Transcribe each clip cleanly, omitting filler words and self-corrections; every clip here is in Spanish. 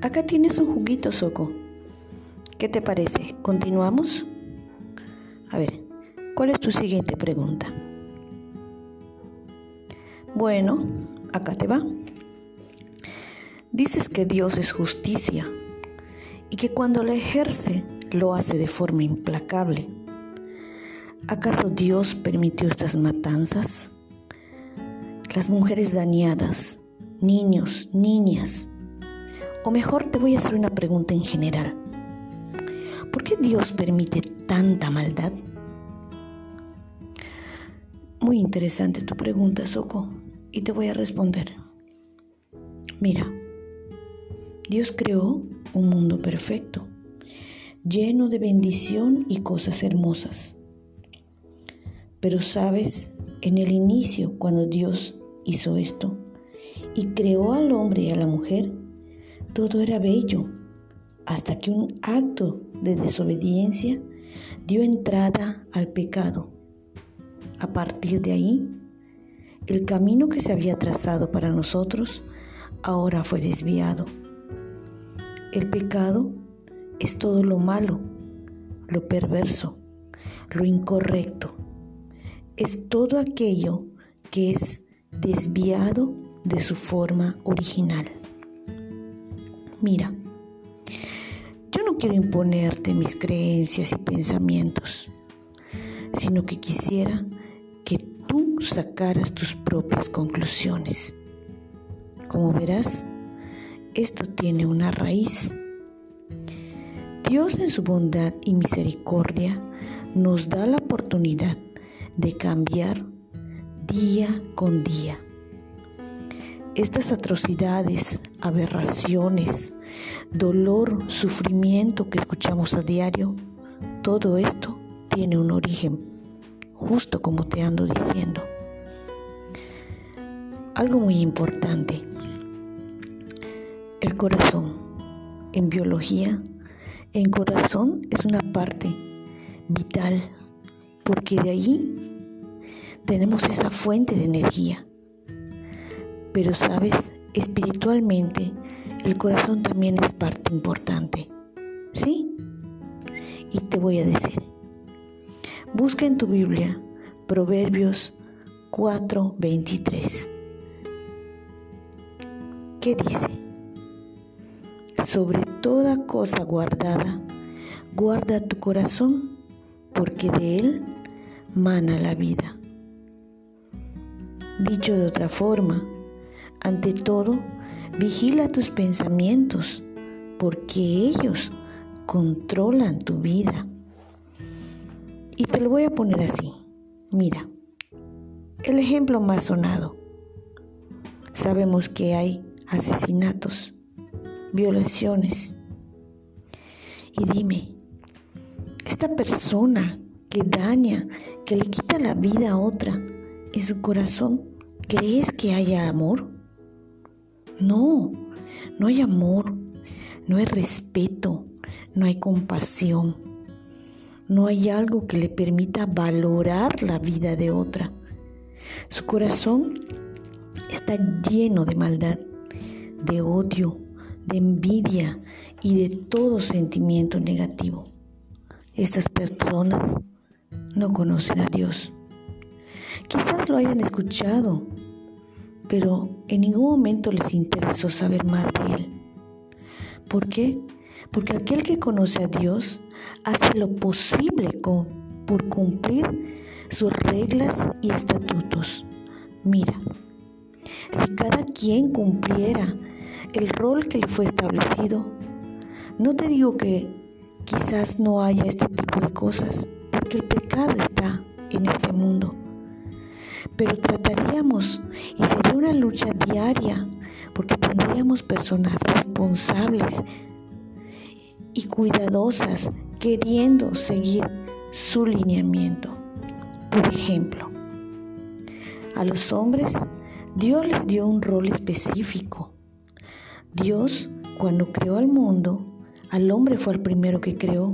Acá tienes un juguito, Soco. ¿Qué te parece? ¿Continuamos? A ver, ¿cuál es tu siguiente pregunta? Bueno, acá te va. Dices que Dios es justicia y que cuando la ejerce lo hace de forma implacable. ¿Acaso Dios permitió estas matanzas? Las mujeres dañadas, niños, niñas. O mejor, te voy a hacer una pregunta en general. ¿Por qué Dios permite tanta maldad? Muy interesante tu pregunta, Soco, y te voy a responder. Mira, Dios creó un mundo perfecto, lleno de bendición y cosas hermosas. Pero sabes, en el inicio, cuando Dios hizo esto y creó al hombre y a la mujer, todo era bello, hasta que un acto de desobediencia dio entrada al pecado. A partir de ahí, el camino que se había trazado para nosotros ahora fue desviado. El pecado es todo lo malo, lo perverso, lo incorrecto. Es todo aquello que es desviado de su forma original. Mira, yo no quiero imponerte mis creencias y pensamientos, sino que quisiera que tú sacaras tus propias conclusiones. Como verás, esto tiene una raíz. Dios en su bondad y misericordia nos da la oportunidad de cambiar día con día. Estas atrocidades, aberraciones, dolor, sufrimiento que escuchamos a diario, todo esto tiene un origen, justo como te ando diciendo. Algo muy importante, el corazón. En biología, el corazón es una parte vital, porque de ahí tenemos esa fuente de energía. Pero sabes, espiritualmente, el corazón también es parte importante, ¿sí? Y te voy a decir, busca en tu Biblia Proverbios 4:23. ¿Qué dice? Sobre toda cosa guardada, guarda tu corazón, porque de él mana la vida. Dicho de otra forma, ante todo, vigila tus pensamientos, porque ellos controlan tu vida. Y te lo voy a poner así. Mira, el ejemplo más sonado. Sabemos que hay asesinatos, violaciones. Y dime, esta persona que daña, que le quita la vida a otra, en su corazón, ¿crees que haya amor? No, no hay amor, no hay respeto, no hay compasión, no hay algo que le permita valorar la vida de otra. Su corazón está lleno de maldad, de odio, de envidia y de todo sentimiento negativo. Estas personas no conocen a Dios. Quizás lo hayan escuchado, pero en ningún momento les interesó saber más de Él. ¿Por qué? Porque aquel que conoce a Dios hace lo posible por cumplir sus reglas y estatutos. Mira, si cada quien cumpliera el rol que le fue establecido, no te digo que quizás no haya este tipo de cosas, porque el pecado está en este mundo. Pero trataríamos, y sería una lucha diaria, porque tendríamos personas responsables y cuidadosas queriendo seguir su lineamiento. Por ejemplo, a los hombres Dios les dio un rol específico. Dios, cuando creó al mundo, al hombre fue el primero que creó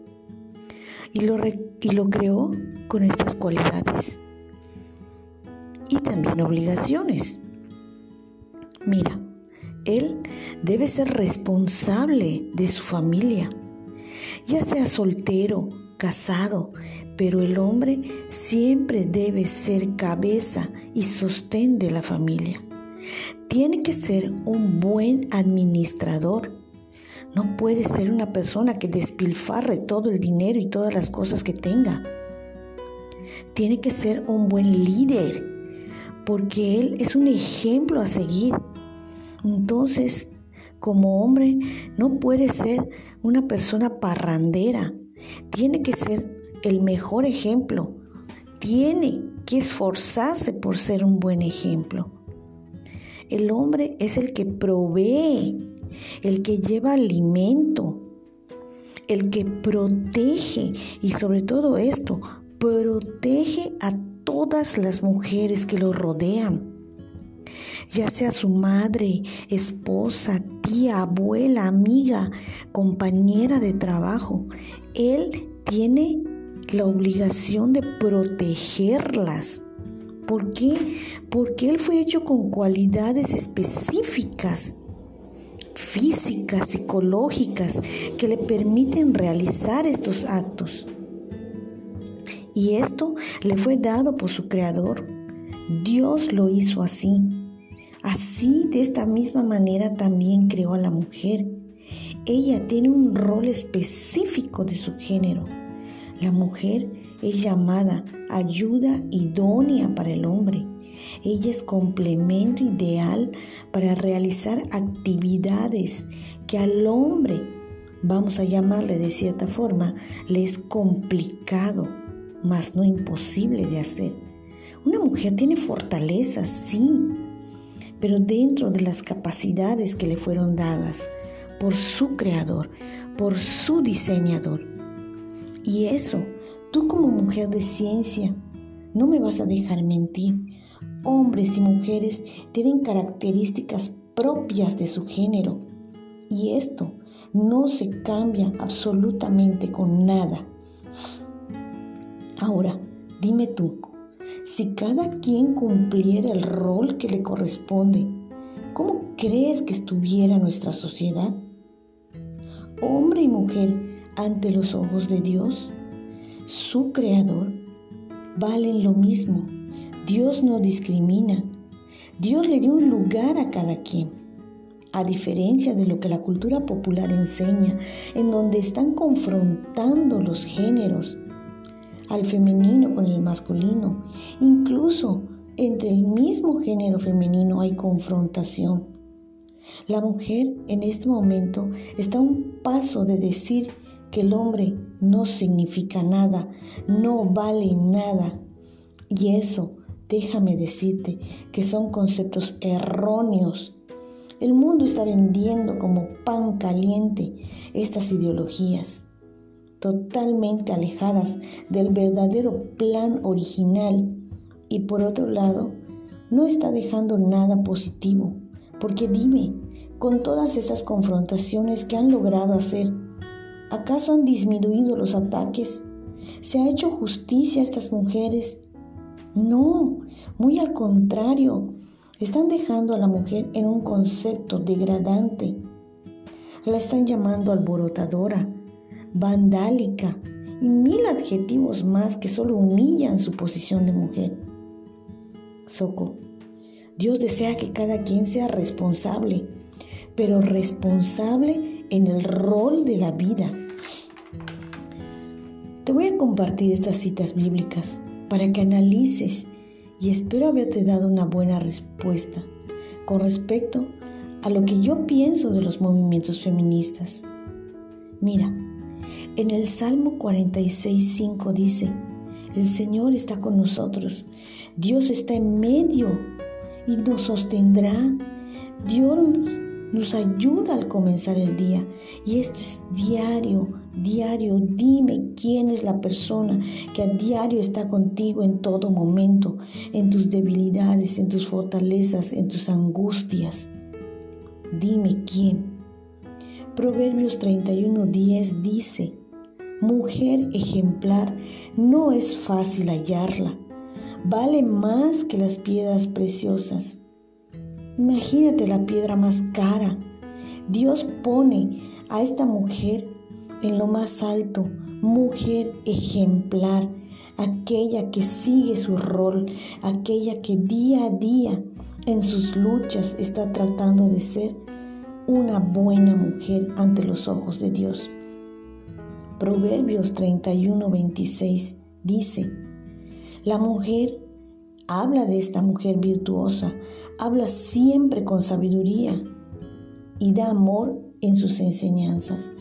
y lo creó con estas cualidades y también obligaciones. Mira, Él debe ser responsable de su familia, ya sea soltero, casado, pero el hombre siempre debe ser cabeza y sostén de la familia. Tiene que ser un buen administrador. No puede ser una persona que despilfarre todo el dinero y todas las cosas que tenga. Tiene que ser un buen líder, porque él es un ejemplo a seguir. Entonces, como hombre, no puede ser una persona parrandera. Tiene que ser el mejor ejemplo. Tiene que esforzarse por ser un buen ejemplo. El hombre es el que provee, el que lleva alimento, el que protege y sobre todo esto, protege a todas las mujeres que lo rodean, ya sea su madre, esposa, tía, abuela, amiga, compañera de trabajo. Él tiene la obligación de protegerlas. ¿Por qué? Porque él fue hecho con cualidades específicas, físicas, psicológicas, que le permiten realizar estos actos. Y esto le fue dado por su Creador. Dios lo hizo así. Así, de esta misma manera, también creó a la mujer. Ella tiene un rol específico de su género. La mujer es llamada ayuda idónea para el hombre. Ella es complemento ideal para realizar actividades que al hombre, vamos a llamarle de cierta forma, le es complicado, mas no imposible de hacer. Una mujer tiene fortalezas, sí, pero dentro de las capacidades que le fueron dadas por su Creador, por su diseñador. Y eso, tú como mujer de ciencia, no me vas a dejar mentir. Hombres y mujeres tienen características propias de su género. Y esto no se cambia absolutamente con nada. Ahora, dime tú, si cada quien cumpliera el rol que le corresponde, ¿cómo crees que estuviera nuestra sociedad? Hombre y mujer ante los ojos de Dios, su Creador, valen lo mismo. Dios no discrimina. Dios le dio un lugar a cada quien. A diferencia de lo que la cultura popular enseña, en donde están confrontando los géneros, al femenino con el masculino. Incluso entre el mismo género femenino hay confrontación. La mujer en este momento está a un paso de decir que el hombre no significa nada, no vale nada. Y eso, déjame decirte, que son conceptos erróneos. El mundo está vendiendo como pan caliente estas ideologías, totalmente alejadas del verdadero plan original, y por otro lado, no está dejando nada positivo, porque dime, con todas esas confrontaciones que han logrado hacer, ¿acaso han disminuido los ataques? ¿Se ha hecho justicia a estas mujeres? No, muy al contrario, están dejando a la mujer en un concepto degradante. La están llamando alborotadora, vandálica y 1000 adjetivos más que solo humillan su posición de mujer. Soco, Dios desea que cada quien sea responsable, pero responsable en el rol de la vida. Te voy a compartir estas citas bíblicas para que analices y espero haberte dado una buena respuesta con respecto a lo que yo pienso de los movimientos feministas. Mira, en el Salmo 46:5 dice: el Señor está con nosotros, Dios está en medio y nos sostendrá. Dios nos ayuda al comenzar el día, y esto es diario. Dime quién es la persona que a diario está contigo en todo momento, en tus debilidades, en tus fortalezas, en tus angustias. Dime quién. Proverbios 31:10 dice: mujer ejemplar, no es fácil hallarla, vale más que las piedras preciosas. Imagínate la piedra más cara. Dios pone a esta mujer en lo más alto, mujer ejemplar, aquella que sigue su rol, aquella que día a día en sus luchas está tratando de ser una buena mujer ante los ojos de Dios. Proverbios 31:26 dice: la mujer habla de esta mujer virtuosa, habla siempre con sabiduría y da amor en sus enseñanzas.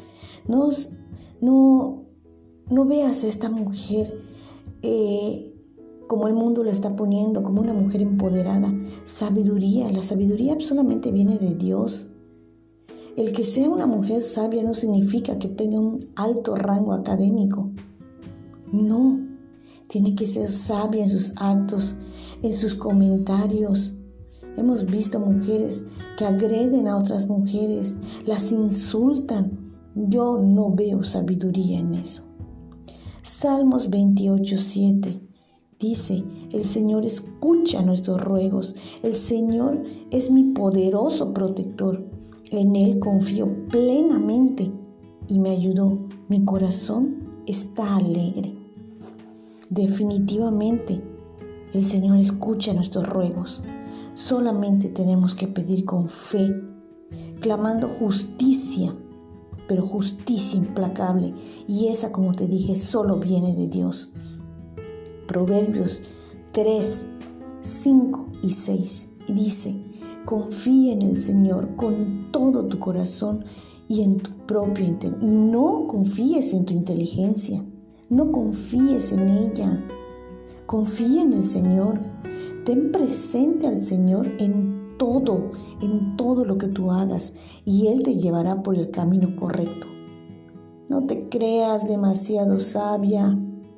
No veas a esta mujer como el mundo la está poniendo, como una mujer empoderada. Sabiduría, la sabiduría solamente viene de Dios. El que sea una mujer sabia no significa que tenga un alto rango académico. No, tiene que ser sabia en sus actos, en sus comentarios. Hemos visto mujeres que agreden a otras mujeres, las insultan. Yo no veo sabiduría en eso. Salmos 28:7 dice: el Señor escucha nuestros ruegos, el Señor es mi poderoso protector, en Él confío plenamente y me ayudó, mi corazón está alegre. Definitivamente, el Señor escucha nuestros ruegos. Solamente tenemos que pedir con fe, clamando justicia, pero justicia implacable. Y esa, como te dije, solo viene de Dios. Proverbios 3, 5 y 6 dice: confía en el Señor con todo tu corazón y en tu propia inteligencia. Y no confíes en tu inteligencia, no confíes en ella. Confía en el Señor. Ten presente al Señor en todo lo que tú hagas, y Él te llevará por el camino correcto. No te creas demasiado sabia.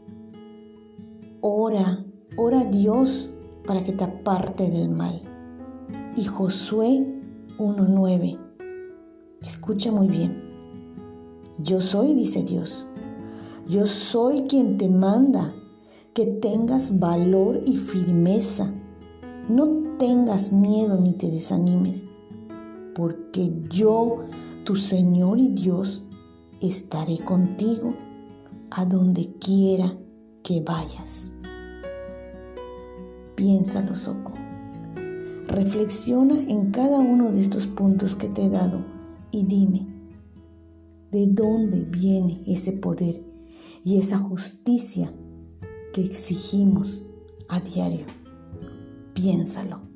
Ora a Dios para que te aparte del mal. Y Josué 1:9. Escucha muy bien. Yo soy, dice Dios, yo soy quien te manda que tengas valor y firmeza. No tengas miedo ni te desanimes, porque yo, tu Señor y Dios, estaré contigo a donde quiera que vayas. Piénsalo, Soco. Reflexiona en cada uno de estos puntos que te he dado y dime, ¿de dónde viene ese poder y esa justicia que exigimos a diario? Piénsalo.